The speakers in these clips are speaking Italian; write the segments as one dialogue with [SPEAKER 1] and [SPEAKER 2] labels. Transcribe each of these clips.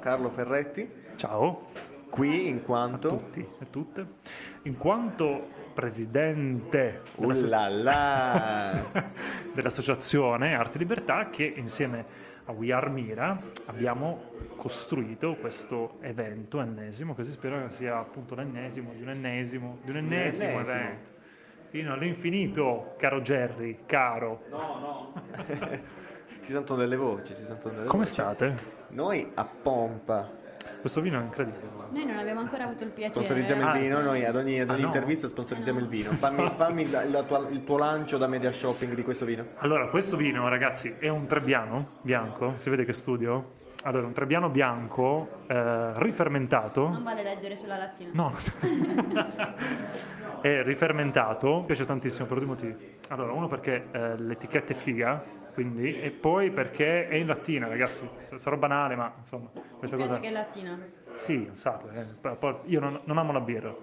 [SPEAKER 1] Carlo Ferretti,
[SPEAKER 2] Ciao
[SPEAKER 1] qui in
[SPEAKER 2] a
[SPEAKER 1] quanto...
[SPEAKER 2] tutti e tutte. In quanto presidente
[SPEAKER 1] Là!
[SPEAKER 2] dell'associazione Arte e Libertà, che insieme a We Are Mira abbiamo costruito questo evento ennesimo, che si spera sia appunto l'ennesimo di un ennesimo evento. Fino all'infinito, caro Jerry, caro.
[SPEAKER 1] No. Si sentono delle voci,
[SPEAKER 2] Come state?
[SPEAKER 1] Noi a pompa.
[SPEAKER 2] Questo vino è incredibile.
[SPEAKER 3] Noi non abbiamo ancora avuto il piacere.
[SPEAKER 1] Sponsorizziamo il vino, noi ad ogni
[SPEAKER 2] no.
[SPEAKER 1] intervista sponsorizziamo il vino. Fammi il tuo lancio da media shopping di questo vino.
[SPEAKER 2] Allora, questo vino, ragazzi, è un Trebbiano bianco, si vede che studio? Allora, un Trebbiano bianco rifermentato.
[SPEAKER 3] Non vale leggere sulla lattina.
[SPEAKER 2] No, è rifermentato, mi piace tantissimo per due motivi. Allora, uno perché l'etichetta è figa, quindi, e poi perché è in lattina, ragazzi. Sarò banale, ma insomma, questa
[SPEAKER 3] Mi
[SPEAKER 2] cosa...
[SPEAKER 3] piace che è lattina.
[SPEAKER 2] Sì, un sacco. Poi io non amo la birra,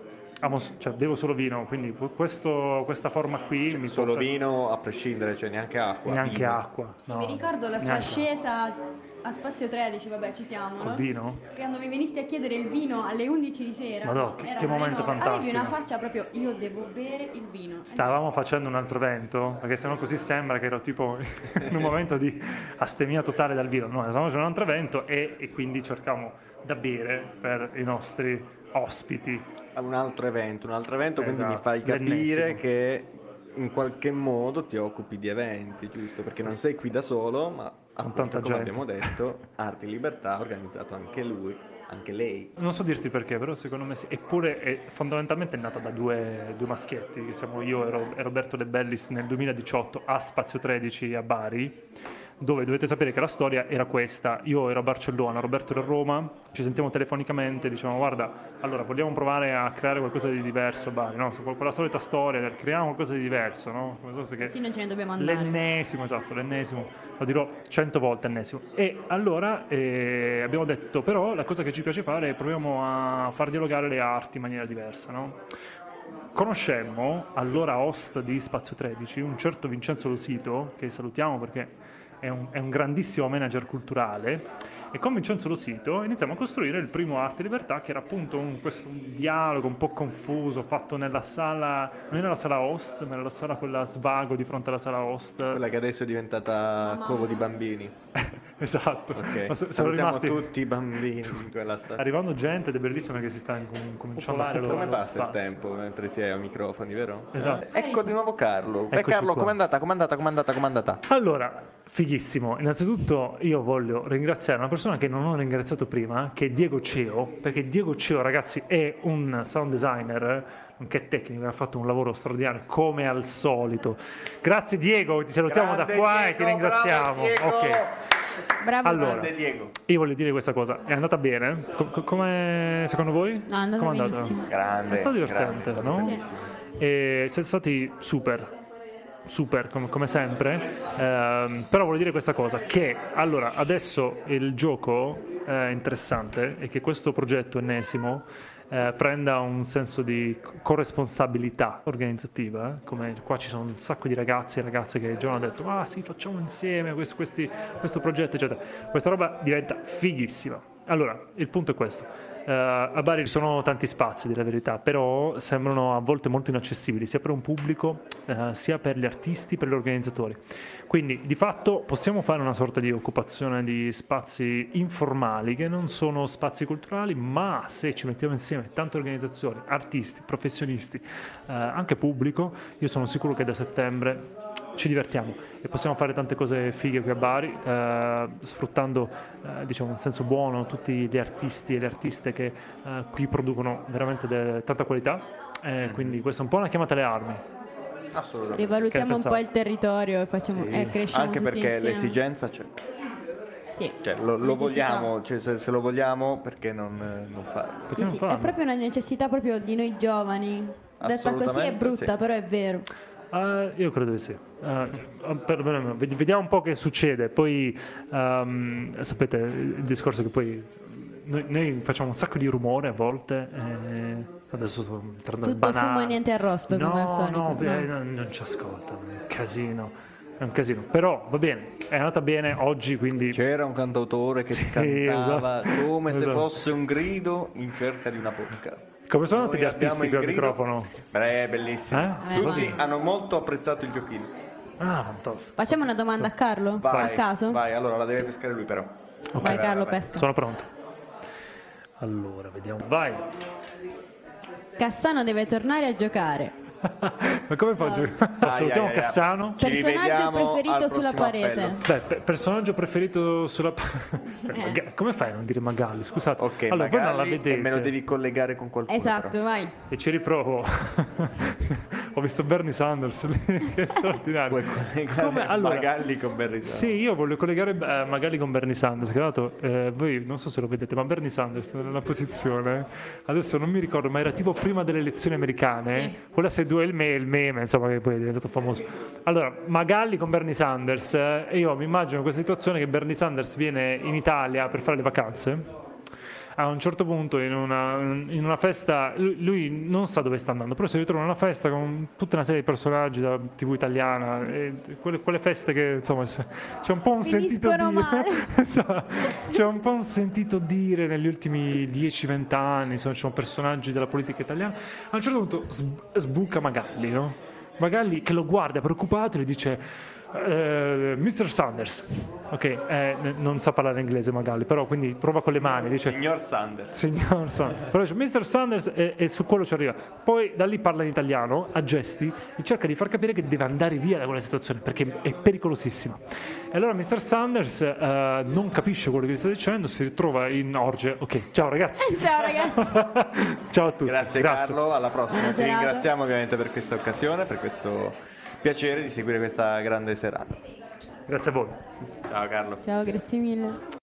[SPEAKER 2] bevo solo vino, quindi questa forma qui mi
[SPEAKER 1] Solo
[SPEAKER 2] porta-
[SPEAKER 1] vino a prescindere, cioè neanche acqua.
[SPEAKER 2] Neanche
[SPEAKER 1] vino.
[SPEAKER 2] acqua.
[SPEAKER 3] Sì,
[SPEAKER 2] no,
[SPEAKER 3] mi ricordo la sua
[SPEAKER 2] neanche
[SPEAKER 3] ascesa a Spazio 13, vabbè, citiamolo.
[SPEAKER 2] Col vino?
[SPEAKER 3] Quando mi venisti a chiedere il vino alle 11 di sera.
[SPEAKER 2] Madò, che
[SPEAKER 3] era
[SPEAKER 2] momento
[SPEAKER 3] alle 9.
[SPEAKER 2] fantastico.
[SPEAKER 3] Avevi una faccia proprio, io devo bere il vino.
[SPEAKER 2] Stavamo facendo un altro evento, perché sennò così sembra che ero tipo in un momento di astemia totale dal vino. No, stavamo facendo un altro evento e quindi cercavamo da bere per i nostri ospiti.
[SPEAKER 1] Un altro evento, quindi mi
[SPEAKER 2] Esatto,
[SPEAKER 1] fai capire
[SPEAKER 2] l'ennesimo.
[SPEAKER 1] che in qualche modo ti occupi di eventi, giusto? Perché non sei qui da solo, ma appunto,
[SPEAKER 2] tanta
[SPEAKER 1] come
[SPEAKER 2] gente.
[SPEAKER 1] abbiamo detto, Arte e Libertà ha organizzato anche lui, anche lei.
[SPEAKER 2] Non so dirti perché, però secondo me sì. Eppure fondamentalmente è nata da due maschietti, che siamo io e Roberto De Bellis nel 2018 a Spazio 13 a Bari, dove dovete sapere che la storia era questa: io ero a Barcellona, Roberto era a Roma, ci sentiamo telefonicamente, diciamo guarda, allora vogliamo provare a creare qualcosa di diverso a Bari, no? Quella solita storia, creiamo qualcosa di diverso, no?
[SPEAKER 3] Così non ce ne dobbiamo andare.
[SPEAKER 2] L'ennesimo, lo dirò 100 volte ennesimo. E allora abbiamo detto, però la cosa che ci piace fare è proviamo a far dialogare le arti in maniera diversa, no? Conoscemmo, allora host di Spazio 13, un certo Vincenzo Losito, che salutiamo perché è un grandissimo manager culturale, e con Vincenzo Losito iniziamo a costruire il primo Arte e Libertà, che era appunto un dialogo un po' confuso fatto nella sala, non nella sala host, ma nella sala quella svago di fronte alla sala host.
[SPEAKER 1] Quella che adesso è diventata covo di bambini.
[SPEAKER 2] Esatto.
[SPEAKER 1] Ok,
[SPEAKER 2] Ma sono
[SPEAKER 1] salutiamo
[SPEAKER 2] rimasti
[SPEAKER 1] tutti i bambini in quella stanza.
[SPEAKER 2] arrivando gente ed è bellissimo perché si sta cominciando a
[SPEAKER 1] Come
[SPEAKER 2] popolare
[SPEAKER 1] passa il
[SPEAKER 2] spazio.
[SPEAKER 1] tempo mentre si è ai microfoni, vero?
[SPEAKER 2] Esatto.
[SPEAKER 1] Ecco di nuovo Carlo.
[SPEAKER 2] Eccoci
[SPEAKER 1] Carlo,
[SPEAKER 2] qua.
[SPEAKER 1] com'è andata?
[SPEAKER 2] Allora, fighissimo. Innanzitutto io voglio ringraziare una persona che non ho ringraziato prima, che è Diego Ceo, perché Diego Ceo, ragazzi, è un sound designer, nonché tecnico, ha fatto un lavoro straordinario come al solito. Grazie Diego, ti salutiamo
[SPEAKER 1] Grande
[SPEAKER 2] da qua
[SPEAKER 1] Diego,
[SPEAKER 2] e ti ringraziamo.
[SPEAKER 1] bravo Diego!
[SPEAKER 2] Ok.
[SPEAKER 3] Bravo.
[SPEAKER 2] Allora,
[SPEAKER 1] Grande Diego.
[SPEAKER 2] io voglio dire questa cosa, è andata bene? Come secondo voi?
[SPEAKER 3] No, è andata
[SPEAKER 2] Com'è
[SPEAKER 3] benissimo.
[SPEAKER 1] Grande.
[SPEAKER 2] È stato divertente,
[SPEAKER 1] grande, è stato
[SPEAKER 2] no?
[SPEAKER 1] bellissimo.
[SPEAKER 2] E siete stati super come sempre. Però voglio dire questa cosa, che allora adesso il gioco interessante è che questo progetto ennesimo prenda un senso di corresponsabilità organizzativa, come qua ci sono un sacco di ragazzi e ragazze che già hanno detto ma sì, facciamo insieme questo progetto eccetera. Questa roba diventa fighissima. Allora il punto è questo: a Bari ci sono tanti spazi, di la verità, però sembrano a volte molto inaccessibili sia per un pubblico sia per gli artisti, per gli organizzatori. Quindi di fatto possiamo fare una sorta di occupazione di spazi informali che non sono spazi culturali, ma se ci mettiamo insieme tante organizzazioni, artisti, professionisti, anche pubblico, io sono sicuro che da settembre ci divertiamo e possiamo fare tante cose fighe qui a Bari, sfruttando diciamo in senso buono tutti gli artisti e le artiste che qui producono veramente tanta qualità, quindi questa è un po' una chiamata alle armi.
[SPEAKER 1] Assolutamente.
[SPEAKER 3] Rivalutiamo un
[SPEAKER 2] Che
[SPEAKER 3] po' il territorio e facciamo
[SPEAKER 2] Sì.
[SPEAKER 3] cresciamo
[SPEAKER 1] Anche
[SPEAKER 3] tutti
[SPEAKER 1] perché
[SPEAKER 3] insieme.
[SPEAKER 1] l'esigenza c'è.
[SPEAKER 3] Sì.
[SPEAKER 1] Cioè, lo
[SPEAKER 3] Necessità.
[SPEAKER 1] vogliamo, cioè, se lo vogliamo, perché non farlo?
[SPEAKER 2] Perché
[SPEAKER 3] Sì,
[SPEAKER 2] non
[SPEAKER 3] sì,
[SPEAKER 2] farlo?
[SPEAKER 3] è proprio una necessità proprio di noi giovani. Detta così è
[SPEAKER 1] Assolutamente
[SPEAKER 3] brutta,
[SPEAKER 1] sì.
[SPEAKER 3] però è vero.
[SPEAKER 2] Io credo di sì. Perlomeno, vediamo un po' che succede. Poi sapete il discorso che poi noi facciamo un sacco di rumore a volte. Adesso sto entrando nel
[SPEAKER 3] Tutto
[SPEAKER 2] banale.
[SPEAKER 3] fumo e niente arrosto, come al solito.
[SPEAKER 2] No,
[SPEAKER 3] No.
[SPEAKER 2] non ci ascoltano. È un casino. è un casino. Però va bene, è andata bene oggi, quindi
[SPEAKER 1] C'era un cantautore che cantava
[SPEAKER 2] esatto.
[SPEAKER 1] come se
[SPEAKER 2] Esatto.
[SPEAKER 1] fosse un grido in cerca di una bocca.
[SPEAKER 2] come sono andati gli
[SPEAKER 1] Noi abbiamo
[SPEAKER 2] artisti
[SPEAKER 1] il
[SPEAKER 2] qui al
[SPEAKER 1] grido.
[SPEAKER 2] microfono?
[SPEAKER 1] Beh, bellissimo. Tutti
[SPEAKER 3] vai.
[SPEAKER 1] hanno molto apprezzato il giochino.
[SPEAKER 2] Ah, fantastico.
[SPEAKER 3] Facciamo una domanda a Carlo?
[SPEAKER 1] Vai,
[SPEAKER 3] A caso?
[SPEAKER 1] vai, allora la deve pescare lui però.
[SPEAKER 3] Vai Carlo,
[SPEAKER 1] vai.
[SPEAKER 3] pesca.
[SPEAKER 2] Sono pronto. Allora, vediamo. Vai.
[SPEAKER 3] Cassano deve tornare a giocare.
[SPEAKER 2] Ma come faccio? Salutiamo
[SPEAKER 1] ai, ai.
[SPEAKER 2] Cassano.
[SPEAKER 1] Ci
[SPEAKER 3] Personaggio
[SPEAKER 1] rivediamo
[SPEAKER 3] preferito
[SPEAKER 1] al
[SPEAKER 3] sulla
[SPEAKER 1] prossimo
[SPEAKER 3] parete.
[SPEAKER 1] appello.
[SPEAKER 2] Beh, personaggio preferito sulla come fai a non dire Magalli? Scusate.
[SPEAKER 1] Ok,
[SPEAKER 2] allora, voi non la
[SPEAKER 1] Magalli,
[SPEAKER 2] vedete.
[SPEAKER 1] e me lo devi collegare con qualcuno.
[SPEAKER 3] Esatto,
[SPEAKER 1] però.
[SPEAKER 3] vai.
[SPEAKER 2] E ci riprovo. Ho visto Bernie Sanders lì, che è straordinario.
[SPEAKER 1] Puoi collegare
[SPEAKER 2] Come? Allora,
[SPEAKER 1] Magalli con Bernie Sanders.
[SPEAKER 2] sì, io voglio collegare Magalli con Bernie Sanders, che tra l'altro voi non so se lo vedete, ma Bernie Sanders nella posizione, adesso non mi ricordo, ma era tipo prima delle elezioni americane,
[SPEAKER 3] Sì.
[SPEAKER 2] quella se due il meme, insomma, che poi è diventato famoso. Allora, Magalli con Bernie Sanders, e io mi immagino questa situazione che Bernie Sanders viene in Italia per fare le vacanze. A un certo punto in una festa, lui non sa dove sta andando, però si ritrova in una festa con tutta una serie di personaggi della TV italiana, e quelle feste che insomma c'è un po' un sentito
[SPEAKER 3] Finiscono
[SPEAKER 2] dire,
[SPEAKER 3] male.
[SPEAKER 2] esatto, c'è un po' un sentito dire negli ultimi 10-20 anni, insomma, ci sono personaggi della politica italiana. A un certo punto sbuca Magalli, no? Magalli che lo guarda preoccupato e gli dice Mr. Sanders, ok, non sa parlare inglese Magalli, però quindi prova con le mani, dice
[SPEAKER 1] Signor Sanders.
[SPEAKER 2] Signor Sanders, però dice Mr. Sanders e su quello ci arriva. Poi da lì parla in italiano, a gesti, e cerca di far capire che deve andare via da quella situazione perché è pericolosissima. E allora Mr. Sanders non capisce quello che gli sta dicendo, si ritrova in orge. Ok, ciao ragazzi.
[SPEAKER 3] Ciao ragazzi.
[SPEAKER 2] Ciao a tutti.
[SPEAKER 1] Grazie Carlo, alla prossima.
[SPEAKER 3] Buona
[SPEAKER 1] Ti
[SPEAKER 3] serata.
[SPEAKER 1] ringraziamo ovviamente per questa occasione, per questo piacere di seguire questa grande serata.
[SPEAKER 2] Grazie a voi.
[SPEAKER 1] Ciao Carlo.
[SPEAKER 3] Ciao, grazie mille.